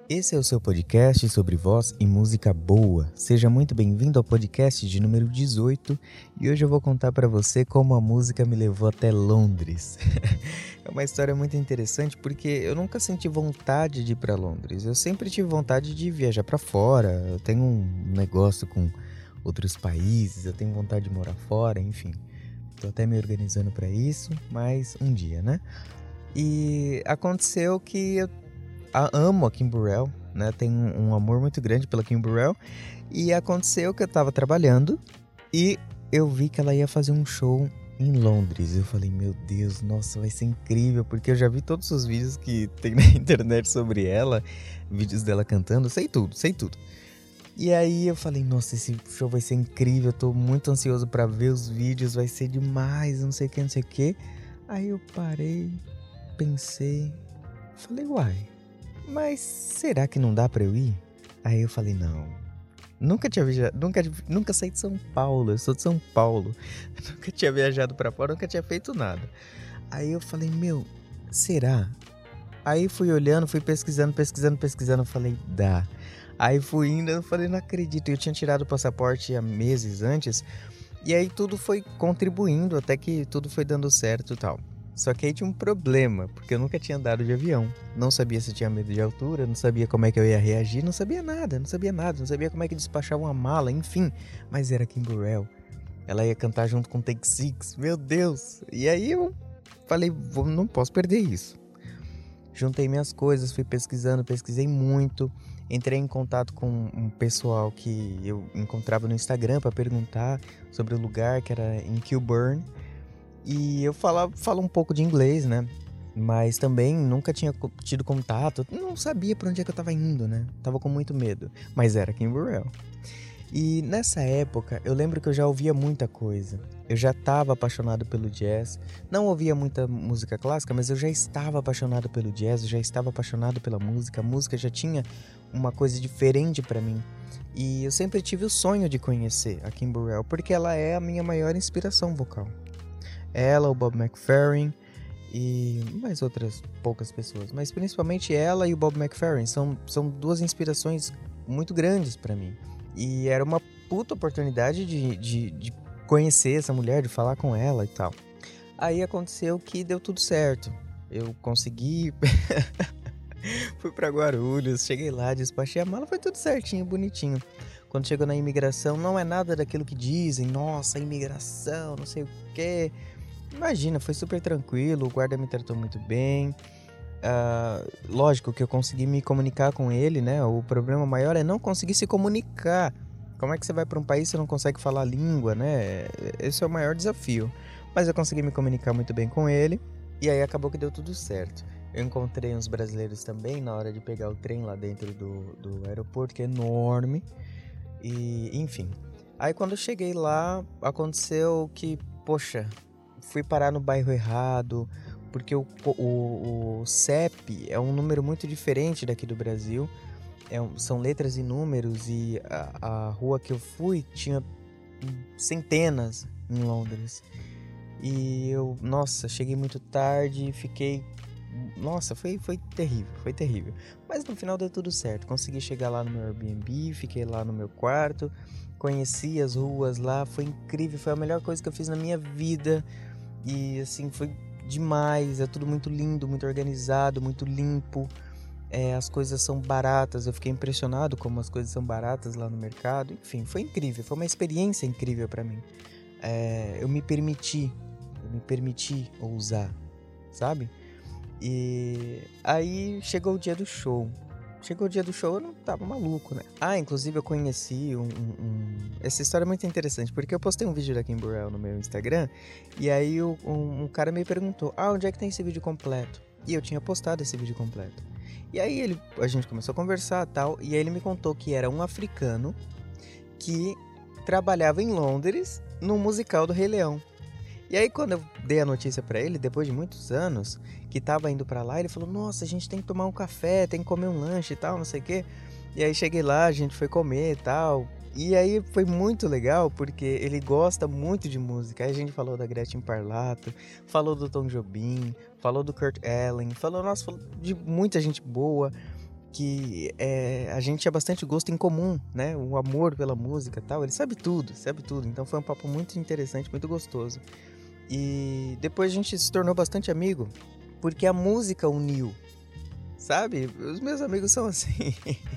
Esse é o seu podcast sobre voz e música boa. Seja muito bem-vindo ao podcast de número 18 e hoje eu vou contar para você como a música me levou até Londres. É uma história muito interessante porque eu nunca senti vontade de ir para Londres. Eu sempre tive vontade de viajar para fora. Eu tenho um negócio com outros países, eu tenho vontade de morar fora, enfim. Tô até me organizando para isso, mas um dia, né? E aconteceu que eu amo a Kim Burrell, né? Tenho um amor muito grande pela Kim Burrell. E aconteceu que eu tava trabalhando e eu vi que ela ia fazer um show em Londres. Eu falei, meu Deus, nossa, vai ser incrível, porque eu já vi todos os vídeos que tem na internet sobre ela, vídeos dela cantando, sei tudo. E aí eu falei, nossa, esse show vai ser incrível, eu tô muito ansioso pra ver os vídeos, vai ser demais, não sei o que. Aí eu parei, pensei, falei, uai, mas será que não dá pra eu ir? Aí eu falei, não. Nunca tinha viajado, nunca saí de São Paulo, eu sou de São Paulo. Nunca tinha viajado pra fora, nunca tinha feito nada. Aí eu falei, meu, será? Aí fui olhando, fui pesquisando, eu falei, dá. Aí fui indo, eu falei, não acredito. Eu tinha tirado o passaporte há meses antes, e aí tudo foi contribuindo até que tudo foi dando certo e tal. Só que aí tinha um problema, porque eu nunca tinha andado de avião. Não sabia se eu tinha medo de altura, não sabia como é que eu ia reagir, não sabia nada, não sabia como é que despachava uma mala, enfim. Mas era Kim Burrell. Ela ia cantar junto com Take Six, meu Deus. E aí eu falei, não posso perder isso. Juntei minhas coisas, fui pesquisando, pesquisei muito. Entrei em contato com um pessoal que eu encontrava no Instagram para perguntar sobre o lugar, que era em Kilburn. E eu falo um pouco de inglês, né? Mas também nunca tinha tido contato, não sabia pra onde é que eu tava indo, né? Tava com muito medo, mas era Kim Burrell. E nessa época, eu lembro que eu já ouvia muita coisa. Eu já estava apaixonado pelo jazz. Não ouvia muita música clássica, mas eu já estava apaixonado pelo jazz, eu já estava apaixonado pela música. A música já tinha uma coisa diferente pra mim. E eu sempre tive o sonho de conhecer a Kim Burrell, porque ela é a minha maior inspiração vocal. Ela, o Bob McFerrin e mais outras poucas pessoas, mas principalmente ela e o Bob McFerrin são duas inspirações muito grandes pra mim. E era uma puta oportunidade de conhecer essa mulher, de falar com ela e tal. Aí aconteceu que deu tudo certo. Eu consegui, fui pra Guarulhos, cheguei lá, despachei a mala, foi tudo certinho, bonitinho. Quando chegou na imigração, não é nada daquilo que dizem, nossa, imigração, não sei o quê. Imagina, foi super tranquilo, o guarda me tratou muito bem. Lógico que eu consegui me comunicar com ele, né? O problema maior é não conseguir se comunicar. Como é que você vai para um país e você não consegue falar a língua, né? Esse é o maior desafio. Mas eu consegui me comunicar muito bem com ele e aí acabou que deu tudo certo. Eu encontrei uns brasileiros também na hora de pegar o trem lá dentro do aeroporto, que é enorme. E, enfim. Aí quando eu cheguei lá, aconteceu que, poxa, fui parar no bairro errado, porque o CEP é um número muito diferente daqui do Brasil. São letras e números, e a rua que eu fui tinha centenas em Londres. E eu, nossa, cheguei muito tarde, fiquei... Nossa, foi terrível. Mas no final deu tudo certo. Consegui chegar lá no meu Airbnb, fiquei lá no meu quarto, conheci as ruas lá, foi incrível, foi a melhor coisa que eu fiz na minha vida. E assim, foi demais, é tudo muito lindo, muito organizado, muito limpo. As coisas são baratas, eu fiquei impressionado como as coisas são baratas lá no mercado. Enfim, foi incrível, foi uma experiência incrível pra mim. Eu me permiti ousar, sabe? E aí chegou o dia do show. Eu não tava maluco, né? Inclusive eu conheci Essa história é muito interessante, porque eu postei um vídeo da Kim Burrell no meu Instagram, e aí um cara me perguntou, onde é que tem esse vídeo completo? E eu tinha postado esse vídeo completo. E aí a gente começou a conversar e tal, e aí ele me contou que era um africano que trabalhava em Londres no musical do Rei Leão. E aí quando eu dei a notícia pra ele, depois de muitos anos, que tava indo pra lá, ele falou, nossa, a gente tem que tomar um café, tem que comer um lanche e tal, não sei o quê. E aí cheguei lá, a gente foi comer e tal. E aí foi muito legal, porque ele gosta muito de música. Aí a gente falou da Gretchen Parlato, falou do Tom Jobim, falou do Kurt Elling, falou de muita gente boa. que a gente tinha bastante gosto em comum, né? O amor pela música e tal. Ele sabe tudo, sabe tudo. Então foi um papo muito interessante, muito gostoso. E depois a gente se tornou bastante amigo, porque a música uniu, sabe? Os meus amigos são assim.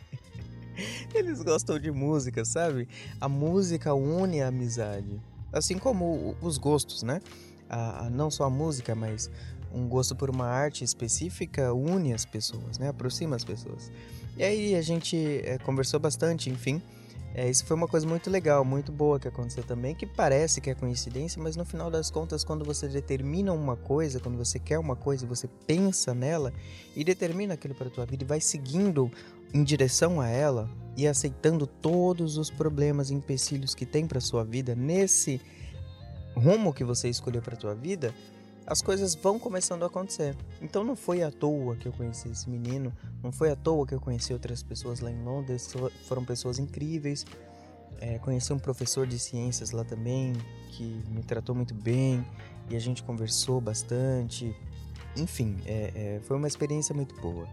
Eles gostam de música, sabe? A música une a amizade. Assim como os gostos, né? Não só a música, mas um gosto por uma arte específica une as pessoas, né? Aproxima as pessoas. E aí a gente conversou bastante, enfim. Isso foi uma coisa muito legal, muito boa que aconteceu também, que parece que é coincidência, mas no final das contas, quando você determina uma coisa, quando você quer uma coisa, você pensa nela e determina aquilo para a tua vida e vai seguindo em direção a ela e aceitando todos os problemas e empecilhos que tem para sua vida nesse rumo que você escolheu para tua vida, as coisas vão começando a acontecer. Então não foi à toa que eu conheci esse menino, não foi à toa que eu conheci outras pessoas lá em Londres, foram pessoas incríveis. Conheci um professor de ciências lá também, que me tratou muito bem, e a gente conversou bastante. Enfim, foi uma experiência muito boa.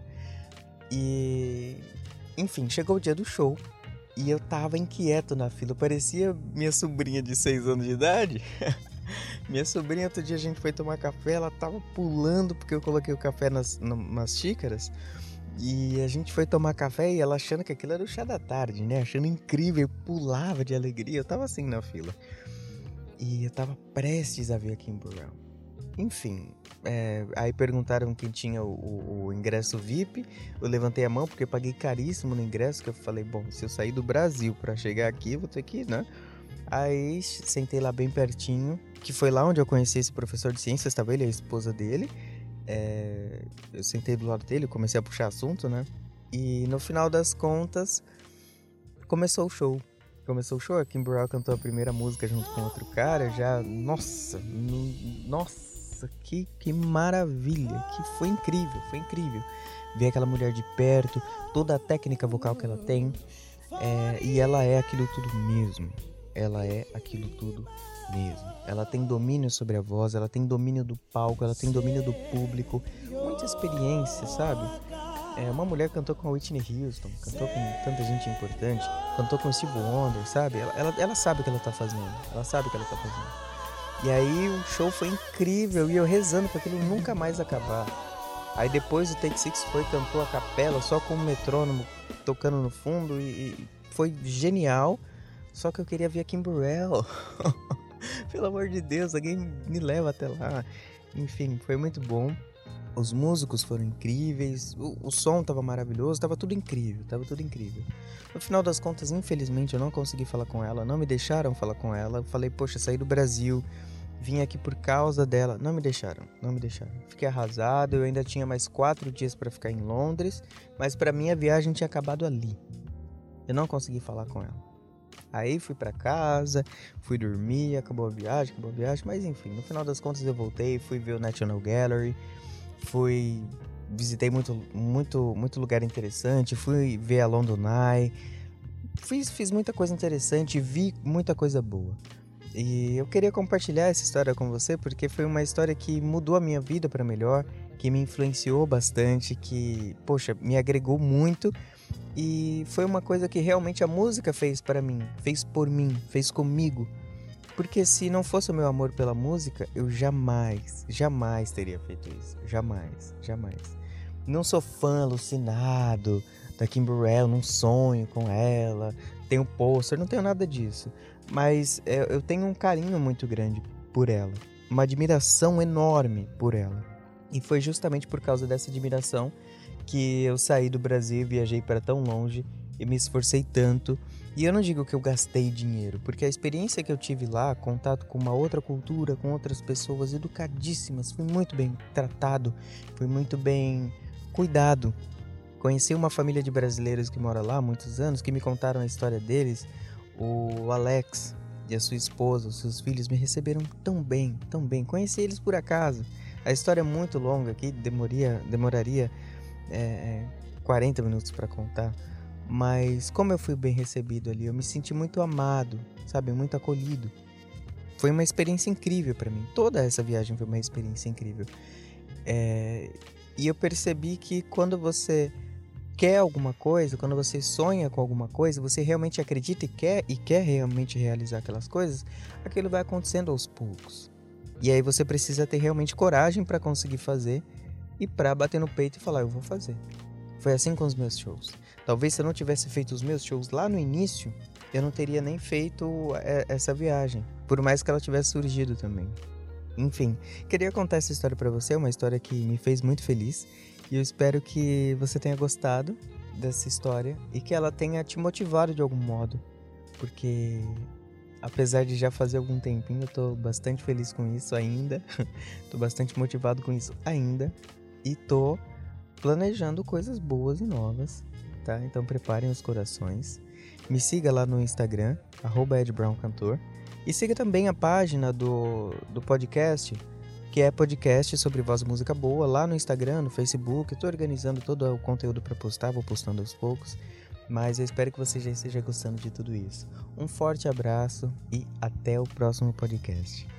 E, enfim, chegou o dia do show, e eu tava inquieto na fila, parecia minha sobrinha de 6 anos de idade. Minha sobrinha, outro dia a gente foi tomar café, ela tava pulando porque eu coloquei o café nas xícaras. E a gente foi tomar café e ela achando que aquilo era o chá da tarde, né? Achando incrível, pulava de alegria. Eu tava assim na fila. E eu tava prestes a ver a Kim Burrell. Enfim, aí perguntaram quem tinha o ingresso VIP. Eu levantei a mão porque eu paguei caríssimo no ingresso, que eu falei, bom, se eu sair do Brasil pra chegar aqui, eu vou ter que ir, né? Aí sentei lá bem pertinho, que foi lá onde eu conheci esse professor de ciências, estava ele e a esposa dele. Eu sentei do lado dele, comecei a puxar assunto, né? E no final das contas, começou o show. A Kim Burrell cantou a primeira música junto com outro cara, já... Nossa, que maravilha, que foi incrível. Ver aquela mulher de perto, toda a técnica vocal que ela tem, e ela é aquilo tudo mesmo. Ela tem domínio sobre a voz, ela tem domínio do palco, ela tem domínio do público, muita experiência, sabe? Uma mulher cantou com a Whitney Houston, cantou com tanta gente importante, cantou com o Steve Wonder, sabe? Ela sabe o que ela tá fazendo, E aí o show foi incrível e eu rezando pra aquilo nunca mais acabar. Aí depois o Take Six cantou a capela só com o metrônomo tocando no fundo e foi genial. Só que eu queria ver a Kim Burrell. Pelo amor de Deus, alguém me leva até lá. Enfim, foi muito bom. Os músicos foram incríveis. O som tava maravilhoso, tava tudo incrível. No final das contas, infelizmente, eu não consegui falar com ela. Não me deixaram falar com ela. Eu falei, poxa, saí do Brasil, vim aqui por causa dela. Não me deixaram. Fiquei arrasado, eu ainda tinha mais 4 dias pra ficar em Londres. Mas pra mim a viagem tinha acabado ali. Eu não consegui falar com ela. Aí fui pra casa, fui dormir, acabou a viagem, mas enfim, no final das contas eu voltei, fui ver o National Gallery, visitei muito lugar interessante, fui ver a London Eye, fiz muita coisa interessante, vi muita coisa boa. E eu queria compartilhar essa história com você porque foi uma história que mudou a minha vida para melhor, que me influenciou bastante, que, poxa, me agregou muito. E foi uma coisa que realmente a música fez para mim, fez por mim, fez comigo. Porque se não fosse o meu amor pela música, eu jamais teria feito isso. Jamais. Não sou fã alucinado da Kim Burrell, não sonho com ela, tenho pôster, não tenho nada disso. Mas eu tenho um carinho muito grande por ela, uma admiração enorme por ela. E foi justamente por causa dessa admiração que eu saí do Brasil e viajei para tão longe e me esforcei tanto. E eu não digo que eu gastei dinheiro, porque a experiência que eu tive lá, contato com uma outra cultura, com outras pessoas educadíssimas, fui muito bem tratado, fui muito bem cuidado. Conheci uma família de brasileiros que mora lá há muitos anos, que me contaram a história deles. O Alex e a sua esposa, os seus filhos me receberam tão bem. Conheci eles por acaso. A história é muito longa aqui, demoraria 40 minutos para contar, mas como eu fui bem recebido ali, eu me senti muito amado, sabe, muito acolhido. Foi uma experiência incrível para mim, toda essa viagem foi uma experiência incrível. E eu percebi que quando você quer alguma coisa, quando você sonha com alguma coisa, você realmente acredita e quer realmente realizar aquelas coisas, aquilo vai acontecendo aos poucos. E aí você precisa ter realmente coragem para conseguir fazer e para bater no peito e falar, eu vou fazer. Foi assim com os meus shows. Talvez se eu não tivesse feito os meus shows lá no início, eu não teria nem feito essa viagem, por mais que ela tivesse surgido também. Enfim, queria contar essa história pra você, uma história que me fez muito feliz, e eu espero que você tenha gostado dessa história e que ela tenha te motivado de algum modo, porque apesar de já fazer algum tempinho, eu tô bastante feliz com isso ainda, tô bastante motivado com isso ainda, e tô planejando coisas boas e novas, tá? Então preparem os corações. Me siga lá no Instagram, @edbrowncantor. E siga também a página do podcast, que é podcast sobre voz e música boa, lá no Instagram, no Facebook. Eu tô organizando todo o conteúdo para postar, vou postando aos poucos. Mas eu espero que você já esteja gostando de tudo isso. Um forte abraço e até o próximo podcast.